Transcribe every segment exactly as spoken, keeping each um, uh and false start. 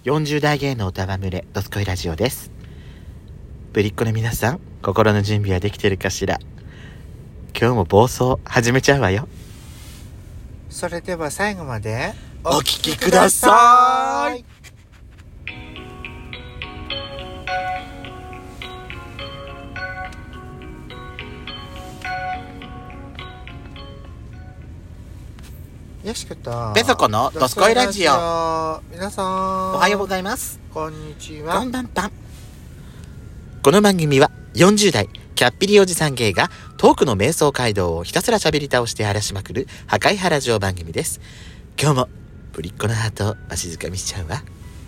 よんじゅう代芸能歌は群れドスコイラジオです。ぶりっ子の皆さん、心の準備はできてるかしら。今日も暴走始めちゃうわよ。 それでは最後までお聞きください。 よしことペソコのドスコイラジオ。 皆さんおはようございます。 こんにちは。 こんばんぱん。この番組はよんじゅう代キャッピリおじさん芸がトークの瞑想街道をひたすら喋り倒して荒らしまくる破壊原城番組です。今日もぶりっ子のハートをわしづかみしちゃうわ。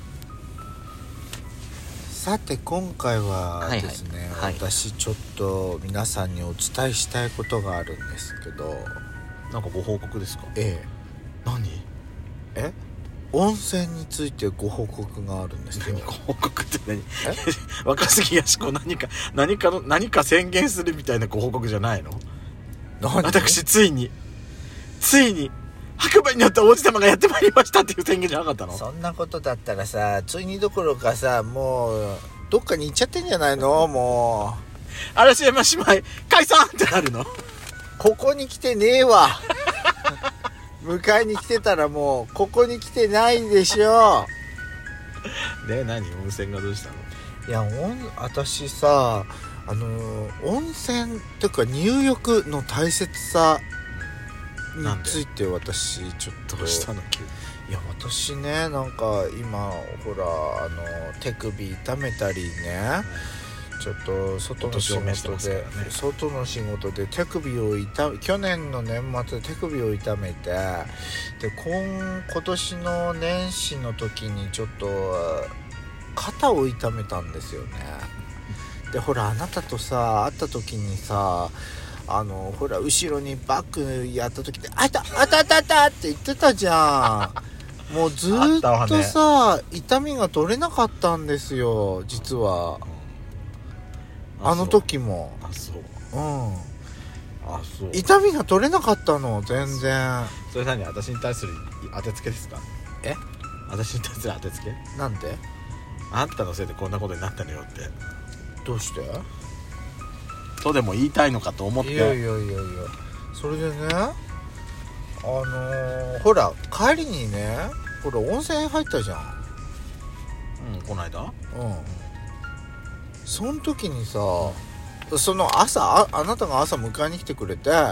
さて今回はですね、 はいはい、 私ちょっと皆さんにお伝えしたいことがあるんですけど。 なんかご報告ですか？ ええ。 何？ え温泉についてご報告があるんですよ。 何ご報告って何？若杉やしこ何か何かの何か宣言するみたいなご報告じゃないの？私ついについに白馬になった王子様がやってまいりましたっていう宣言じゃなかったの？ そんなことだったらさ、ついにどころかさ、もうどっかに行っちゃってんじゃないの？もう嵐山姉妹解散ってなるの？ ここに来てねえわ。迎えに来てたらもうここに来てないでしょ。 で何温泉がどうしたの？ いや温私さあの温泉というか入浴の大切さについて私ちょっとどうしたの急に。 いや私ねなんか今ほらあの手首痛めたりね、うん、ちょっと外の仕事で、ね、外の仕事で手首を痛め去年の年末で手首を痛めてで 今, 今年の年始の時にちょっと肩を痛めたんですよね。でほらあなたとさ会った時にさあのほら後ろにバックやった時であたあたあたあたって言ってたじゃん。もうずーっとさ、ね、痛みが取れなかったんですよ実は。あ, あの時もあそううんあそう痛みが取れなかったの全然。 それ何私に対する当てつけですか？ え私に対する当てつけ？ なんで？ あんたのせいでこんなことになったのよって。 どうしてとでも言いたいのかと思って。 いやいやいやいやそれでねあのー、ほら帰りにねほら温泉入ったじゃん。 うんこの間うんその時にさ、うん、その朝 あ, あなたが朝迎えに来てくれて、うん、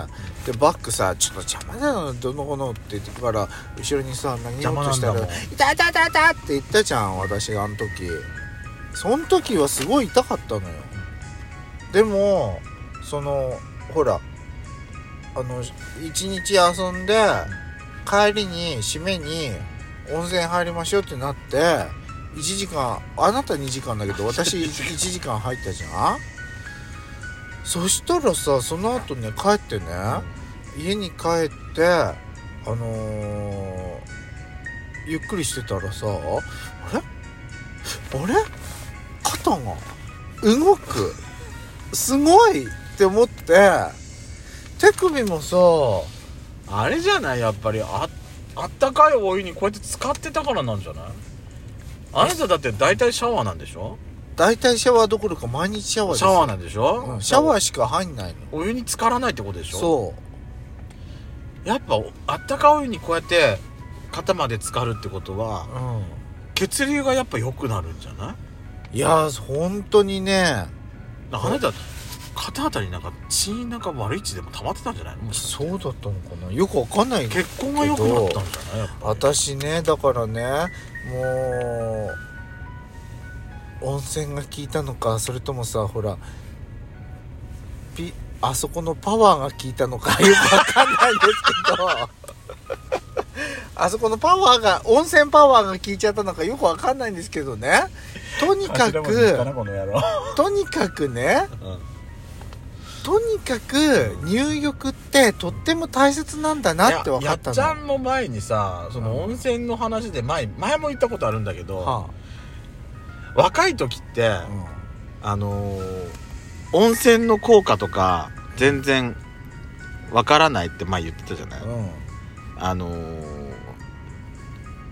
でバックさちょっと邪魔だよどのこのって言ってから後ろにさ投げようとしたら痛い痛い痛い痛いって言ったじゃん私があの時。その時はすごい痛かったのよ。でもそのほらあの一日遊んで帰りに締めに温泉入りましょうってなっていちじかんあなたにじかんだけど私いちじかん入ったじゃん。そしたらさその後ね帰ってね家に帰ってあのー、ゆっくりしてたらさあれあれ肩が動くすごいって思って手首もさあれじゃないやっぱり あ, あったかいお湯にこうやって使ってたからなんじゃない？あなただって大体シャワーなんでしょ？ 大体シャワーどころか毎日シャワーですシャワーなんでしょ、 うん、シャワーしか入んないの。 お湯に浸からないってことでしょ？ そうやっぱあったかいお湯にこうやって肩まで浸かるってことは、うん、血流がやっぱ良くなるんじゃない？ いや本当にねあなた肩あたりなんか血なんか悪い血でも溜まってたんじゃないの？ そうだったのかなよくわかんないけど血行が良くなったんじゃない？やっぱ私ねだからねもう温泉が効いたのかそれともさほらピあそこのパワーが効いたのかよくわかんないんですけどあそこのパワーが温泉パワーが効いちゃったのかよくわかんないんですけどねとにかくとにかくね、うん、とにかく入浴ってとっても大切なんだなって分かったの。 やっちゃんも前にさその温泉の話で前、前も言ったことあるんだけど、はあ、若い時って、うん、あのー、温泉の効果とか全然わからないって前言ってたじゃない、うん、あのー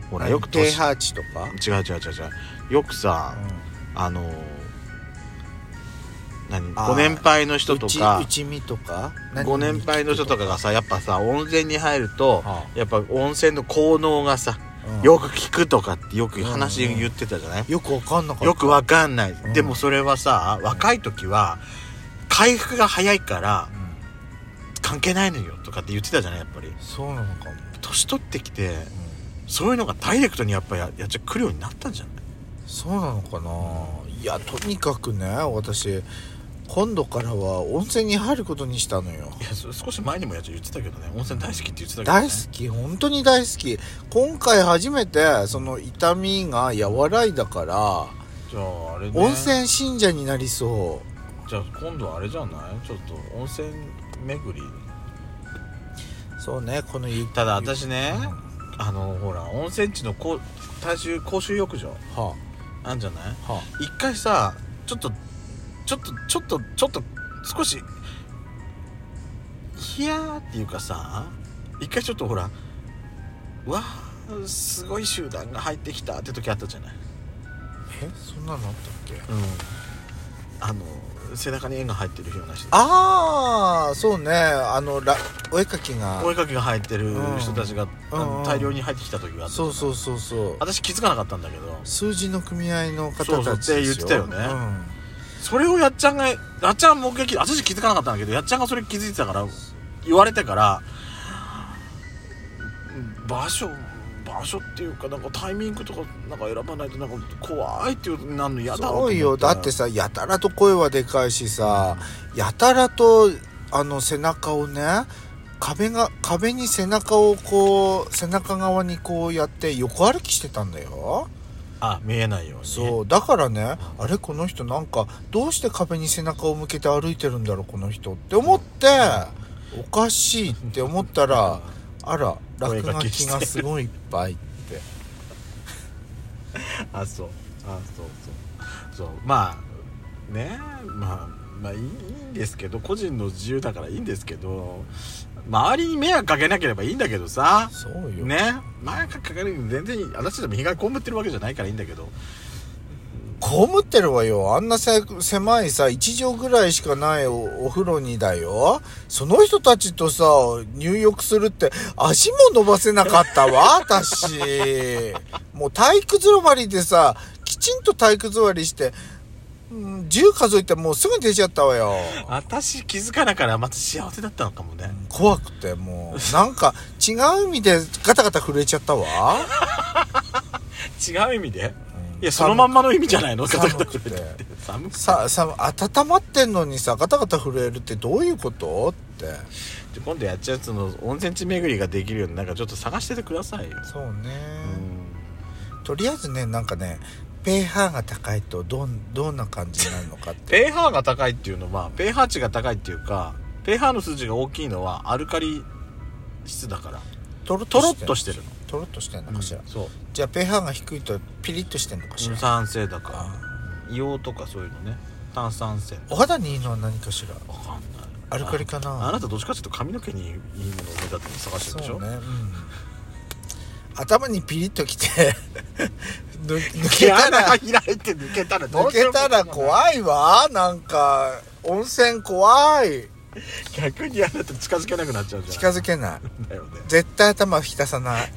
ほらよくペーハー値とか違う違う違う違うよくさ、うん、あの何ご年配の人とか内身とかご年配の人とかがさやっぱさ温泉に入ると、はあ、やっぱ温泉の効能がさ、うん、よく効くとかってよく話言ってたじゃない、うんうん、 よくわかんなかったよくわかんない、うん、でもそれはさ若い時は回復が早いから、うん、関係ないのよとかって言ってたじゃないやっぱりそうなのかも年取ってきて、うん、そういうのがダイレクトにやっぱややっちゃ来るようになったんじゃないそうなのかな、うん、いやとにかくね私今度からは温泉に入ることにしたのよ。 いや少し前にもやっちゃ言ってたけどね温泉大好きって言ってたけど、ね、 大好き本当に大好き今回初めてその痛みが和らいだからじゃああれ、ね、 温泉信者になりそう。 じゃあ今度あれじゃないちょっと温泉巡りそうねこのただ私ね、うん、あのほら温泉地のこ大衆公衆浴場、はあ、あんじゃない、はあ、一回さちょっとちょっとちょっとちょっと少しヒヤーっていうかさ一回ちょっとほらうわすごい集団が入ってきたって時あったじゃないえそんなのあったっけうんあの背中に円が入ってるような人ああそうねあのラお絵かきがお絵かきが入ってる人たちが、うん、大量に入ってきた時があったそうそうそうそう私気づかなかったんだけど数字の組合の方たちでしょそうそうって言ってたよね、うんそれをやっちゃんがやっちゃん目撃私気づかなかったんだけどやっちゃんがそれ気づいてたから言われてから場所場所っていうかなんかタイミングとかなんか選ばないとなんか怖いっていうなるの嫌だろうと思ってそうよだってさやたらと声はでかいしさやたらとあの背中をね壁が壁に背中をこう背中側にこうやって横歩きしてたんだよあ見えないようにそうだからねあれこの人なんかどうして壁に背中を向けて歩いてるんだろうこの人って思って、うん、おかしいって思ったらあら落書きがすごいいっぱいってあそうあそうそうそうまあねまあまあいいんですけど個人の自由だからいいんですけど周りに迷惑かけなければいいんだけどさそうよね迷惑かけるの全然いい私でも被害被ってるわけじゃないからいいんだけど被ってるわよあんなせ狭いさいち畳ぐらいしかない お, お風呂にだよその人たちとさ入浴するって足も伸ばせなかったわ私もう体育座りでさきちんと体育座りしてじゅう数えてもうすぐ出ちゃったわよ私気づかなからまた幸せだったのかもね怖くてもうなんか違う意味でガタガタ震えちゃったわ違う意味で、うん、いやそのまんまの意味じゃないのガタガタ震えて寒くてささ温まってんのにさガタガタ震えるってどういうことってじゃ今度やっちゃうその温泉地巡りができるようになんかちょっと探しててくださいよそうね、うん、とりあえずねなんかねペーハーが高いとどんどんな感じになるのかってペーハーが高いっていうのはペーハー値が高いっていうかペーハーの数字が大きいのはアルカリ質だからトロッとしてるのトロッとしてるのかしら、うん、そうじゃあペーハーが低いとピリッとしてるのかしら酸性だから硫黄とかそういうのね炭酸泉お肌にいいのは何かしらわかんないアルカリかなあ, あなたどっちかっていうと髪の毛にいいものを目立って探してるでしょそうね、うん、 頭にピリッときて抜けたら開いて抜けたらどうしようもない抜けたら怖いわなんか温泉怖い逆にあなた近づけなくなっちゃうじゃん近づけないだよ、ね、 絶対頭浸さない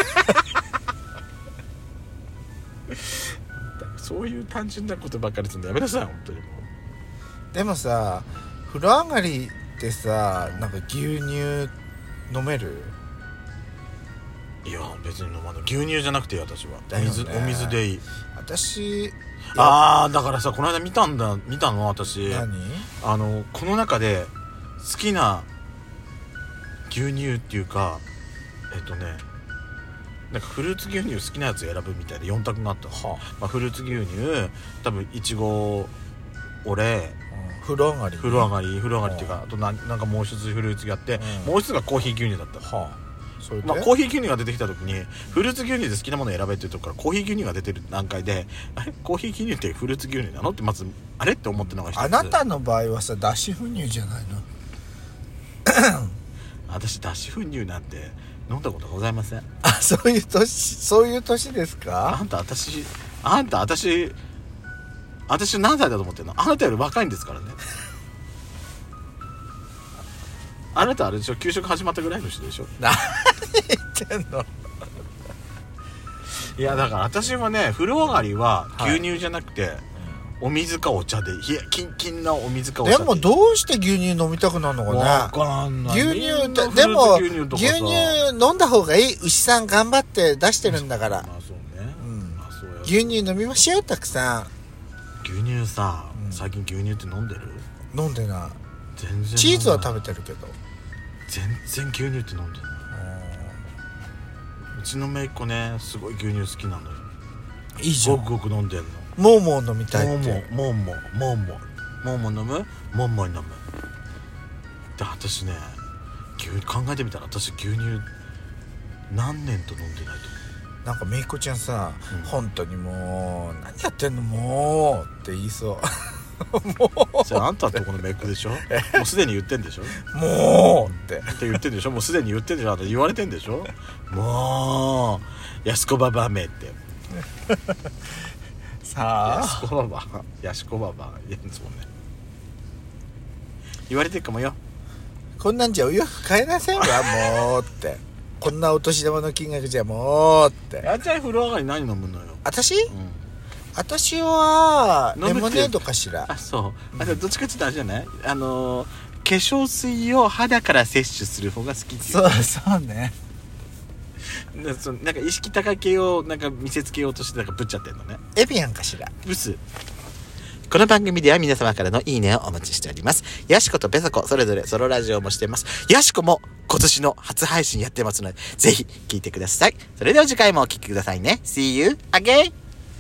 そういう単純なことばっかりするのやめなさい本当にもうでもさ風呂上がりってさなんか牛乳飲めるいや別に飲まない牛乳じゃなくていい私はお水、お水でいい私ああだからさこの間見たんだ見たの私何あのこの中で好きな牛乳っていうかえっとねなんかフルーツ牛乳好きなやつ選ぶみたいでよん択があった、はあまあ、フルーツ牛乳多分いちごオレ、 うん、風呂上がり風呂上がり風呂上がりっていうか、はあ、あとな ん, なんかもう一つフルーツがあって、うん、もう一つがコーヒー牛乳だった、 はあそれでまあ、コーヒー牛乳が出てきた時にフルーツ牛乳で好きなものを選べっていうところからコーヒー牛乳が出てる段階であれコーヒー牛乳ってフルーツ牛乳なのってまずあれって思ってのが一つあなたの場合はさ脱脂粉乳じゃないの私脱脂粉乳なんて飲んだことございません。 あ、そういう年、そういう年ですあか？ んた私あんた私私何歳だと思ってんの？あなたより若いんですからね。あなたあれでしょ、給食始まったぐらいの人でしょ。 何言ってんの？ いやだから私はね、風呂上がりは牛乳じゃなくて、はい、お水かお茶で、いやキンキンなお水かお茶で。 でもどうして牛乳飲みたくなるのかね。 わかんない。 牛乳ってでも牛乳飲んだ方がいい。牛さん頑張って出してるんだから。まあそうね、うん、まあそうや。牛乳飲みましょう、たくさん。 牛乳さ、うん、最近牛乳って飲んでる？ 飲んでない。 全然飲んでない。 チーズは食べてるけど全然牛乳って飲んでない。うちの姪っ子ね、すごい牛乳好きなのよ。 いいじゃん。 ごくごく飲んでんの。 もうもう飲みたいって。 もうもうもうもうもうもう飲むもうもう飲むで、私ね、牛考えてみたら私牛乳何年と飲んでないと思う。 なんかめいっ子ちゃんさ、うん、本当にもう何やってんのもうって言いそうもうそれあんたのとこのめいっ子でしょ。もうすでに言ってんでしょ。 もうってって言ってんでしょ。もうすでに言ってんでしょ。あんた言われてんでしょ。もうやしこばばめってさあ、やしこばばやしこばばいやそうね、言われてるかもよ。 こんなんじゃお洋服買えませんわもうってこんなお年玉の金額じゃもうって。 やっちゃん風呂上がり何飲むのよ。 私、うん、私はレモネードかしら。 あ、そう、あ、どっちかって言ったらあれじゃない、あのー、化粧水を肌から摂取する方が好きっていう。 そうそうね。 なんか、そのなんか意識高系をなんか見せつけようとしてなんかぶっちゃってんのね。 エビアンかしら。 ブス。この番組では皆様からのいいねをお待ちしております。ヤシコとペソコそれぞれソロラジオもしてます。ヤシコも今年の初配信やってますのでぜひ聞いてください。それでは次回もお聞きくださいね。See you again!